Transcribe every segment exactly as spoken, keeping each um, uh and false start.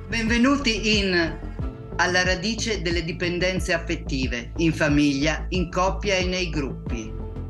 Benvenuti in Alla radice delle dipendenze affettive, in famiglia, in coppia e nei gruppi.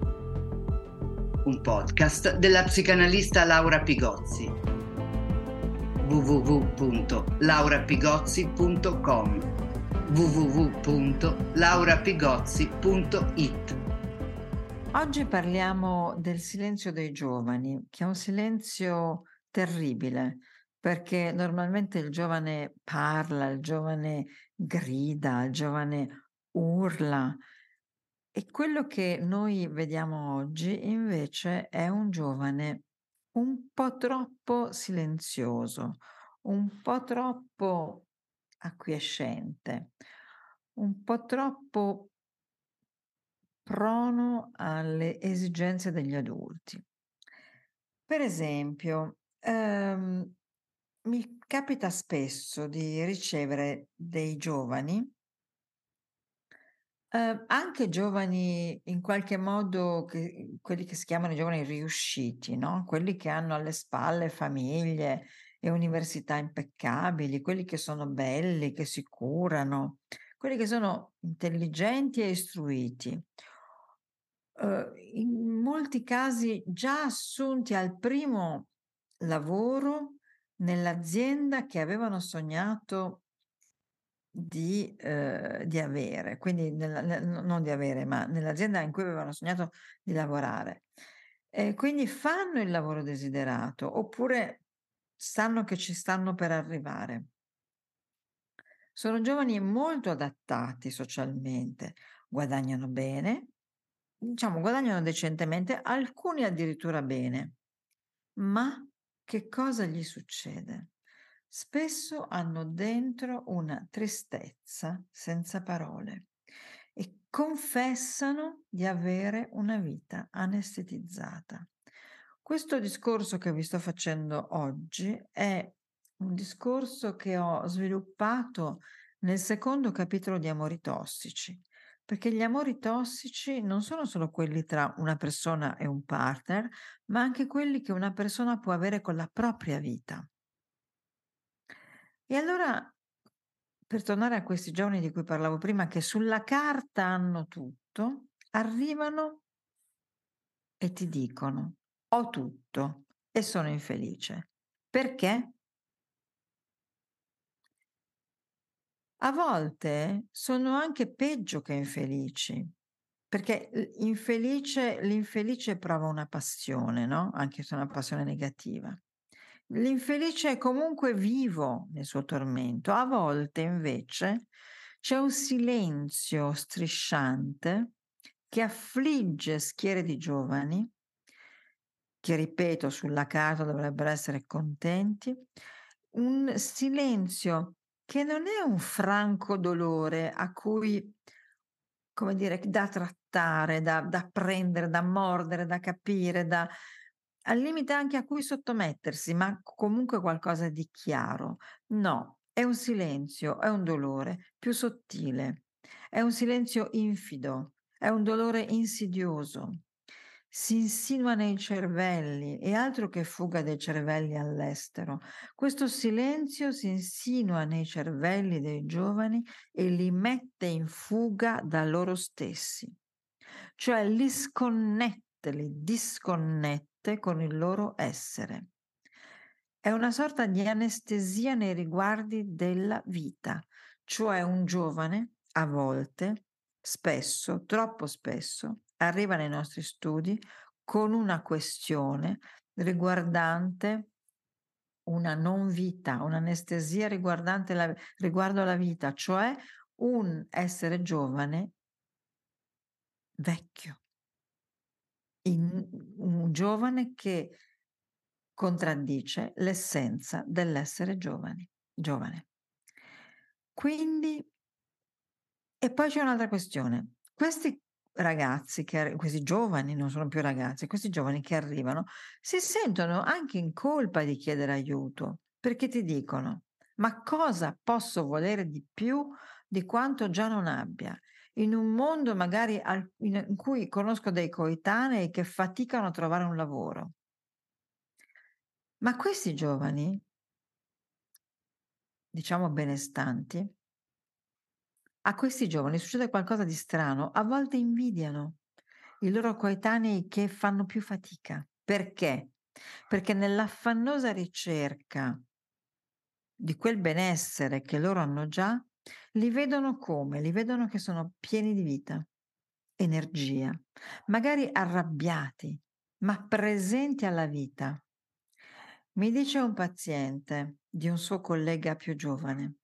Un podcast della psicanalista Laura Pigozzi. w w w punto laura pigozzi punto com w w w punto laura pigozzi punto i t. Oggi parliamo del silenzio dei giovani, che è un silenzio terribile, perché normalmente il giovane parla, il giovane grida, il giovane urla e quello che noi vediamo oggi invece è un giovane un po' troppo silenzioso, un po' troppo acquiescente, un po' troppo prono alle esigenze degli adulti. Per esempio, ehm, mi capita spesso di ricevere dei giovani, ehm, anche giovani in qualche modo che quelli che si chiamano i giovani riusciti, no, quelli che hanno alle spalle famiglie e università impeccabili, quelli che sono belli, che si curano, quelli che sono intelligenti e istruiti. Uhm, in molti casi già assunti al primo lavoro nell'azienda che avevano sognato di ehm, di avere, quindi nella ne no non di avere, ma nell'azienda in cui avevano sognato di lavorare. E quindi fanno il lavoro desiderato, oppure sanno che ci stanno per arrivare. Sono giovani molto adattati socialmente, guadagnano bene. Diciamo guadagnano decentemente, alcuni addirittura bene, ma che cosa gli succede? Spesso hanno dentro una tristezza senza parole e confessano di avere una vita anestetizzata. Questo discorso che vi sto facendo oggi è un discorso che ho sviluppato nel secondo capitolo di Amori tossici. Perché gli amori tossici non sono solo quelli tra una persona e un partner, ma anche quelli che una persona può avere con la propria vita. E allora, per tornare a questi giovani di cui parlavo prima, che sulla carta hanno tutto, arrivano e ti dicono: "Ho tutto e sono infelice". Perché? A volte sono anche peggio che infelici. Perché l infelice l'infelice prova una passione, no, anche se è una passione negativa. L'infelice è comunque vivo nel suo tormento. A volte invece c'è un silenzio strisciante che affligge schiere di giovani, che ripeto sulla carta dovrebbero essere contenti, un silenzio che non è un franco dolore a cui come dire, da trattare, da da prendere, da mordere, da capire, da al limite anche a cui sottomettersi, ma comunque qualcosa di chiaro. No, è un silenzio, è un dolore più sottile, è un silenzio infido, è un dolore insidioso. Si insinua nei cervelli e altro che fuga dei cervelli all'estero. Questo silenzio si insinua nei cervelli dei giovani e li mette in fuga da loro stessi, cioè li sconnette, li disconnette con il loro essere. È una sorta di anestesia nei riguardi della vita, cioè un giovane a volte, spesso, troppo spesso, arriva nei nostri studi con una questione riguardante una non vita, un'anestesia riguardante la riguardo alla vita, cioè un essere giovane vecchio, in un giovane che contraddice l'essenza dell'essere giovani giovane. Quindi e poi c'è un'altra questione: questi ragazzi che arri questi giovani, non sono più ragazzi, questi giovani che arrivano, si sentono anche in colpa di chiedere aiuto, perché ti dicono: "Ma cosa posso volere di più di quanto già non abbia? In un mondo magari al in in cui conosco dei coetanei che faticano a trovare un lavoro". Ma questi giovani diciamo benestanti, a questi giovani succede qualcosa di strano, a volte invidiano i loro coetanei che fanno più fatica. Perché? Perché nell'affannosa ricerca di quel benessere che loro hanno già, li vedono come? Li vedono che sono pieni di vita, energia, magari arrabbiati, ma presenti alla vita. Mi dice un paziente di un suo collega più giovane: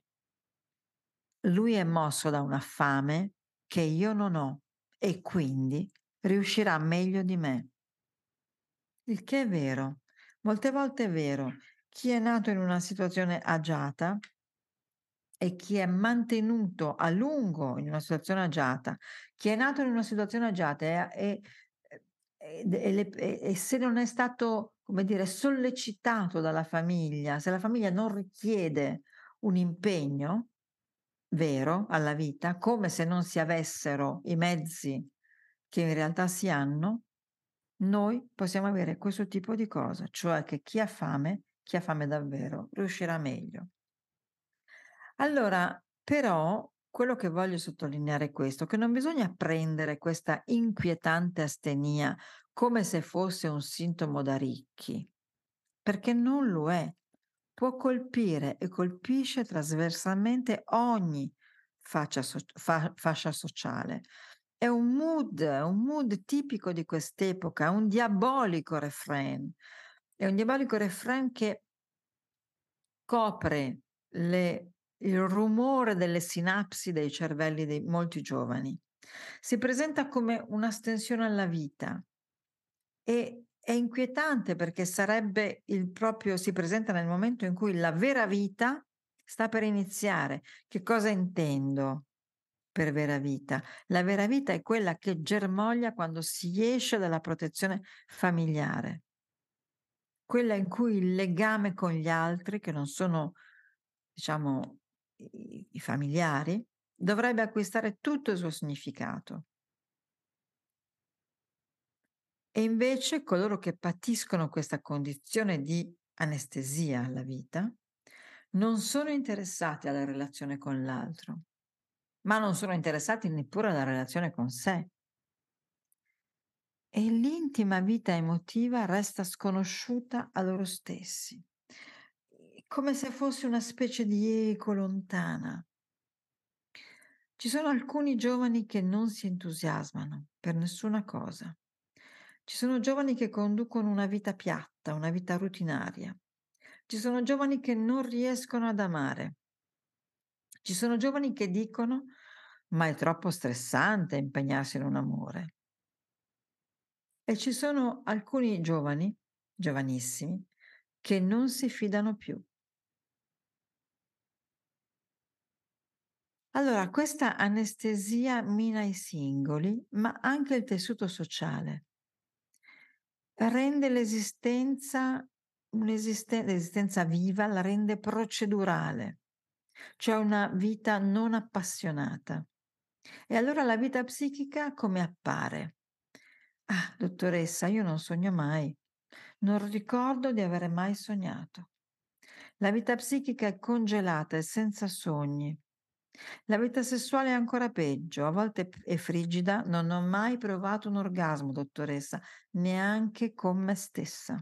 lui è mosso da una fame che io non ho e quindi riuscirà meglio di me. Il che è vero. Molte volte è vero. Chi è nato in una situazione agiata e chi è mantenuto a lungo in una situazione agiata, chi è nato in una situazione agiata e, e- ed- e le- e- e se non è stato, come dire, sollecitato dalla famiglia, se la famiglia non richiede un impegno vero alla vita, come se non si avessero i mezzi che in realtà si hanno, noi possiamo avere questo tipo di cosa, cioè che chi ha fame, chi ha fame davvero, riuscirà meglio. Allora, però, quello che voglio sottolineare è questo, che non bisogna prendere questa inquietante astenia come se fosse un sintomo da ricchi, perché non lo è. Può colpire e colpisce trasversalmente ogni faccia so- fa- fascia sociale. È un mood, è un mood tipico di quest'epoca, un diabolico refrain. È un diabolico refrain che copre le il rumore delle sinapsi dei cervelli di molti giovani. Si presenta come una stensione alla vita e è inquietante perché sarebbe il proprio si presenta nel momento in cui la vera vita sta per iniziare. Che cosa intendo per vera vita? La vera vita è quella che germoglia quando si esce dalla protezione familiare. Quella in cui il legame con gli altri, che non sono, diciamo, i i familiari, dovrebbe acquistare tutto il suo significato. E invece coloro che patiscono questa condizione di anestesia alla vita, non sono interessati alla relazione con l'altro, ma non sono interessati neppure alla relazione con sé. E l'intima vita emotiva resta sconosciuta a loro stessi, ehm, come se fosse una specie di eco lontana. Ci sono alcuni giovani che non si entusiasmano per nessuna cosa. Ci sono giovani che conducono una vita piatta, una vita rutinaria. Ci sono giovani che non riescono ad amare. Ci sono giovani che dicono: "Ma è troppo stressante impegnarsi in un amore". E ci sono alcuni giovani, giovanissimi, che non si fidano più. Allora, questa anestesia mina i singoli, ma anche il tessuto sociale. Rende l'esistenza un'esiste l'esistenza viva, la rende procedurale, cioè una vita non appassionata. E allora la vita psichica come appare? "Ah, dottoressa, io non sogno mai. Non ricordo di avere mai sognato". La vita psichica è congelata e senza sogni. La vita sessuale è ancora peggio, a volte p è frigida, non ho mai provato un orgasmo, dottoressa, neanche con me stessa.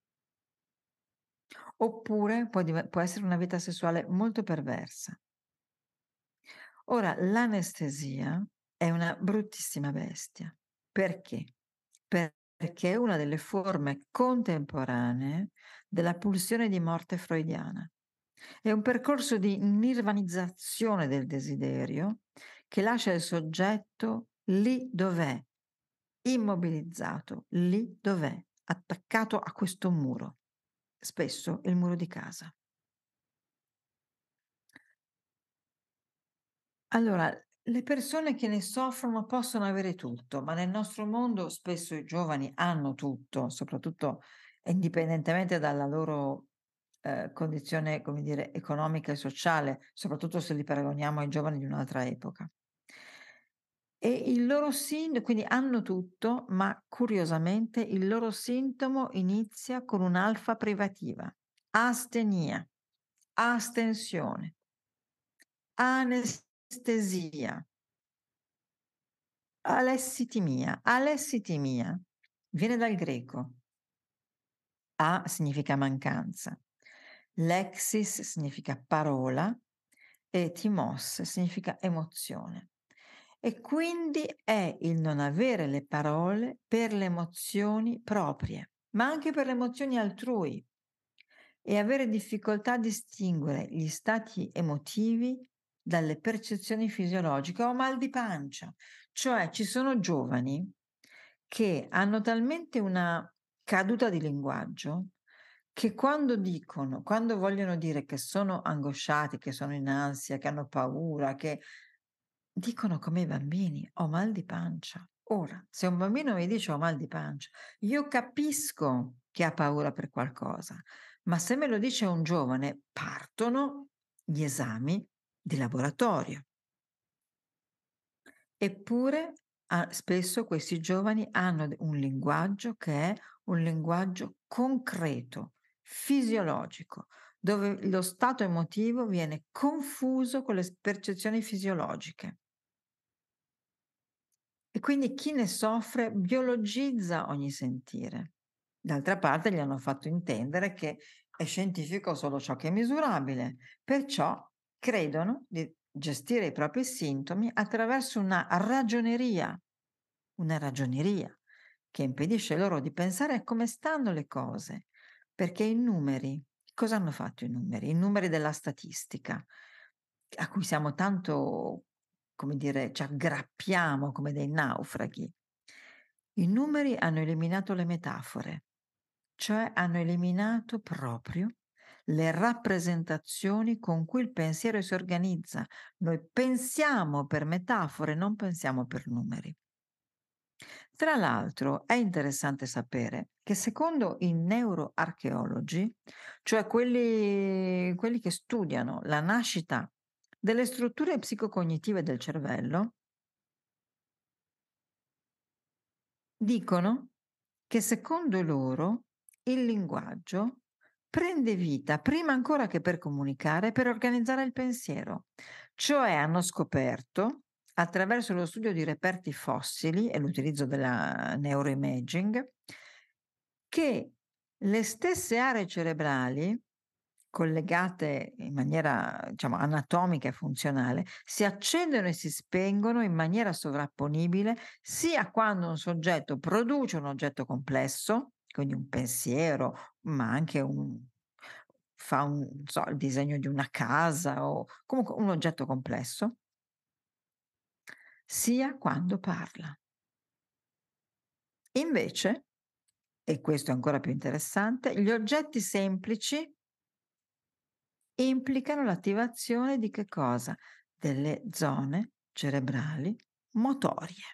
Oppure può dive può essere una vita sessuale molto perversa. Ora, l'anestesia è una bruttissima bestia. Perché? Perché è una delle forme contemporanee della pulsione di morte freudiana. È un percorso di nirvanizzazione del desiderio che lascia il soggetto lì dov'è, immobilizzato, lì dov'è, attaccato a questo muro, spesso il muro di casa. Allora, le persone che ne soffrono possono avere tutto, ma nel nostro mondo spesso i giovani hanno tutto, soprattutto indipendentemente dalla loro eh, condizione, come dire, economica e sociale, soprattutto se li paragoniamo ai giovani di un'altra epoca. E il loro sin quindi hanno tutto, ma curiosamente il loro sintomo inizia con un'alfa privativa, astenia. astensione, anestesia, alessitimia. Alessitimia viene dal greco. A significa mancanza, lexis significa parola e timos significa emozione. E quindi è il non avere le parole per le emozioni proprie, ma anche per le emozioni altrui, e avere difficoltà a distinguere gli stati emotivi dalle percezioni fisiologiche. Ho mal di pancia, cioè ci sono giovani che hanno talmente una caduta di linguaggio che quando dicono, quando vogliono dire che sono angosciati, che sono in ansia, che hanno paura, che dicono come i bambini: "Ho mal di pancia". Ora, se un bambino mi dice: "Ho mal di pancia", io capisco che ha paura per qualcosa, ma se me lo dice un giovane, partono gli esami di laboratorio. Eppure, a spesso questi giovani hanno d un linguaggio che è un linguaggio concreto, fisiologico, dove lo stato emotivo viene confuso con le s percezioni fisiologiche. E quindi chi ne soffre biologizza ogni sentire. D'altra parte gli hanno fatto intendere che è scientifico solo ciò che è misurabile, perciò credono di gestire i propri sintomi attraverso una ragioneria, una ragioneria che impedisce loro di pensare a come stanno le cose, perché i numeri, cosa hanno fatto i numeri? I numeri della statistica, a cui siamo tanto, come dire, ci aggrappiamo come dei naufraghi. I numeri hanno eliminato le metafore, cioè hanno eliminato proprio le rappresentazioni con cui il pensiero si organizza. Noi pensiamo per metafore, non pensiamo per numeri. Tra l'altro è interessante sapere che secondo i neuroarcheologi, cioè quelli, quelli che studiano la nascita delle strutture psicocognitive del cervello, dicono che secondo loro il linguaggio prende vita prima ancora che per comunicare, per organizzare il pensiero. Cioè hanno scoperto, attraverso lo studio di reperti fossili e l'utilizzo della neuroimaging, che le stesse aree cerebrali collegate in maniera, diciamo, anatomica e funzionale, si accendono e si spengono in maniera sovrapponibile sia quando un soggetto produce un oggetto complesso, quindi un pensiero, ma anche un fa un non so, il disegno di una casa o comunque un oggetto complesso, sia quando parla. Invece, e questo è ancora più interessante, gli oggetti semplici implicano l'attivazione di che cosa? Delle zone cerebrali motorie.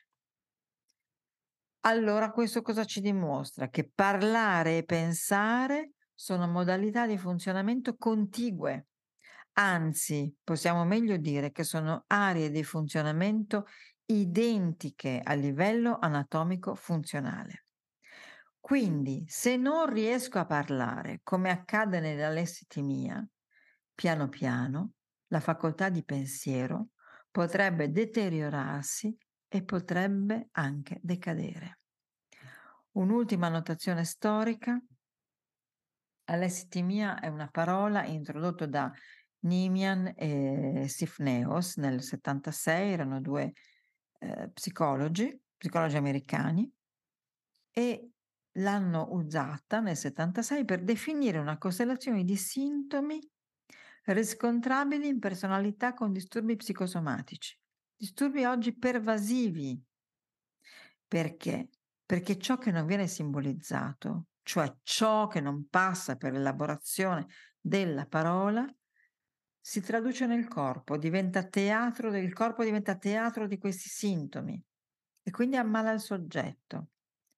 Allora questo cosa ci dimostra? Che parlare e pensare sono modalità di funzionamento contigue, anzi possiamo meglio dire che sono aree di funzionamento identiche a livello anatomico funzionale. Quindi se non riesco a parlare, come accade nell'alessitimia, piano piano la facoltà di pensiero potrebbe deteriorarsi e potrebbe anche decadere. Un'ultima notazione storica: alessitimia è una parola introdotta da Nimian e Sifneos nel settantasei, erano due eh, psicologi, psicologi americani, e l'hanno usata nel settantasei per definire una costellazione di sintomi riscontrabili in personalità con disturbi psicosomatici, disturbi oggi pervasivi. Perché? Perché ciò che non viene simbolizzato, cioè ciò che non passa per l'elaborazione della parola, si traduce nel corpo, diventa teatro del il corpo, diventa teatro di questi sintomi e quindi ammala il soggetto.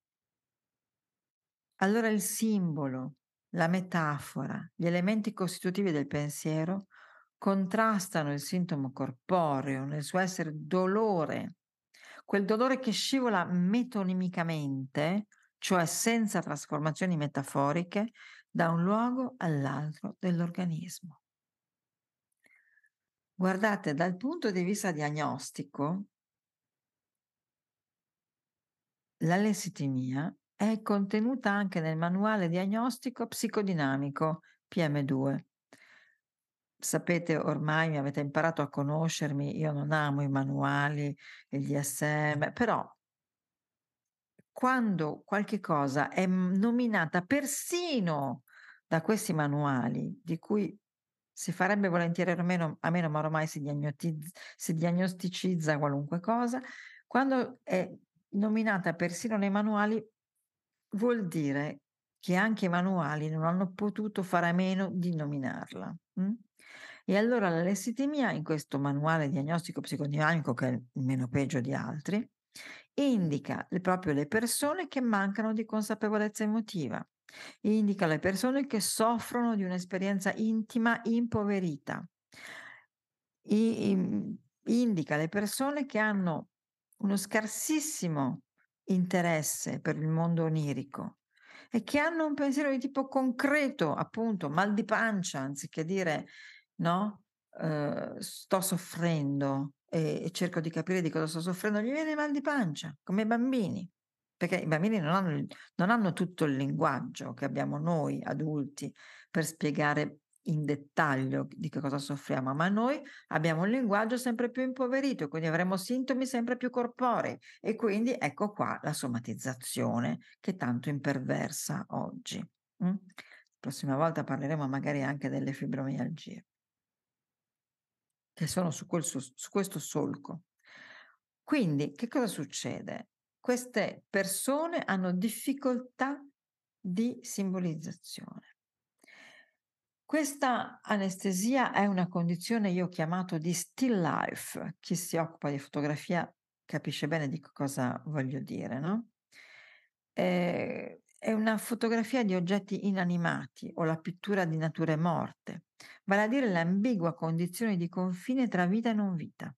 Allora il simbolo, la metafora, gli elementi costitutivi del pensiero contrastano il sintomo corporeo nel suo essere dolore, quel dolore che scivola metonimicamente, cioè senza trasformazioni metaforiche, da un luogo all'altro dell'organismo. Guardate, dal punto di vista diagnostico, l'alessitimia è contenuta anche nel manuale diagnostico psicodinamico P M due. Sapete, ormai mi avete imparato a conoscermi, io non amo i manuali, il D S M, però quando qualche cosa è m nominata persino da questi manuali, di cui si farebbe volentieri a meno a meno, ma ormai si diagnotiz si diagnosticizza qualunque cosa, quando è nominata persino nei manuali, vuol dire che anche i manuali non hanno potuto fare a meno di nominarla, mh? E allora l'alessitimia, in questo manuale diagnostico psicodinamico, che è il meno peggio di altri, indica le proprio le persone che mancano di consapevolezza emotiva, indica le persone che soffrono di un'esperienza intima impoverita, i im indica le persone che hanno uno scarsissimo interesse per il mondo onirico e che hanno un pensiero di tipo concreto, appunto, mal di pancia, anziché dire, no, uhm, sto soffrendo e e cerco di capire di cosa sto soffrendo, gli viene mal di pancia, come i bambini, perché i bambini non hanno il non hanno tutto il linguaggio che abbiamo noi adulti per spiegare in dettaglio di che cosa soffriamo, ma noi abbiamo un linguaggio sempre più impoverito, quindi avremo sintomi sempre più corporei e quindi ecco qua la somatizzazione che tanto imperversa oggi. Mh? Prossima volta parleremo magari anche delle fibromialgie, che sono su quel sos su questo solco. Quindi che cosa succede? Queste persone hanno difficoltà di simbolizzazione. Questa anestesia è una condizione io ho chiamato di still life. Chi si occupa di fotografia capisce bene di che cosa voglio dire, no? Ehm, è una fotografia di oggetti inanimati o la pittura di nature morte, vale a dire l'ambigua condizione di confine tra vita e non vita.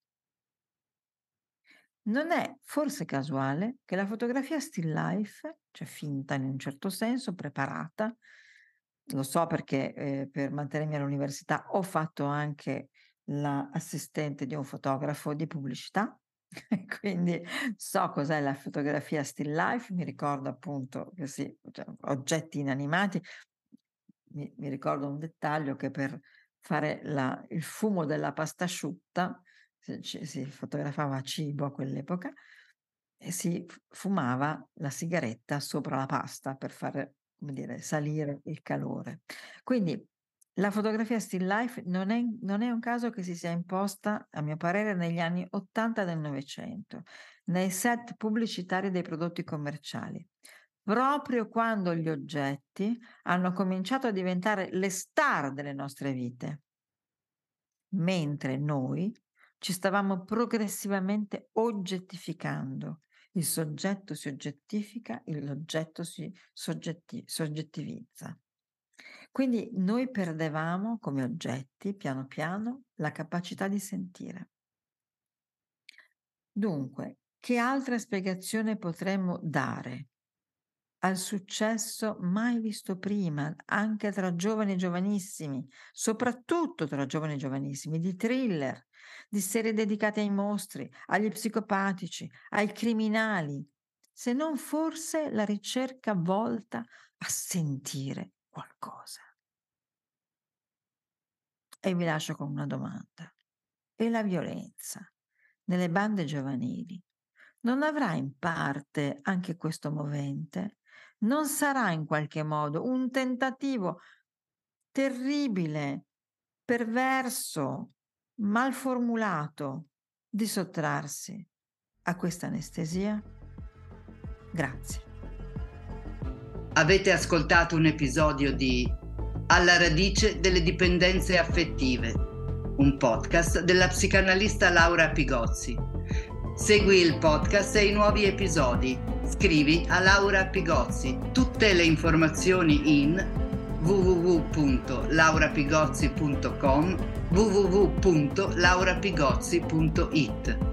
Non è forse casuale che la fotografia still life, cioè finta in un certo senso, preparata, lo so perché, ehm, per mantenermi all'università ho fatto anche l'assistente di un fotografo di pubblicità, e quindi so cos'è la fotografia still life, mi ricordo appunto che sì, cioè oggetti inanimati. Mi mi ricordo un dettaglio che per fare la il fumo della pasta asciutta si ci si fotografava cibo a quell'epoca e si f fumava la sigaretta sopra la pasta per fare, come dire, salire il calore. Quindi la fotografia still life non è non è un caso che si sia imposta, a mio parere, negli anni 'ottanta del Novecento, nei set pubblicitari dei prodotti commerciali, proprio quando gli oggetti hanno cominciato a diventare le star delle nostre vite, mentre noi ci stavamo progressivamente oggettificando. Il soggetto si oggettifica e l'oggetto si soggetti soggettivizza. Quindi noi perdevamo come oggetti, piano piano, la capacità di sentire. Dunque, che altra spiegazione potremmo dare al successo mai visto prima, anche tra giovani e giovanissimi, soprattutto tra giovani e giovanissimi, di thriller, di serie dedicate ai mostri, agli psicopatici, ai criminali, se non forse la ricerca volta a sentire qualcosa? E vi lascio con una domanda. E la violenza nelle bande giovanili non avrà in parte anche questo movente? Non sarà in qualche modo un tentativo terribile, perverso, mal formulato di sottrarsi a questa anestesia? Grazie. Avete ascoltato un episodio di Alla radice delle dipendenze affettive, un podcast della psicanalista Laura Pigozzi. Segui il podcast e i nuovi episodi. Scrivi a Laura Pigozzi. Tutte le informazioni in w w w punto laura pigozzi punto com, w w w punto laura pigozzi punto it.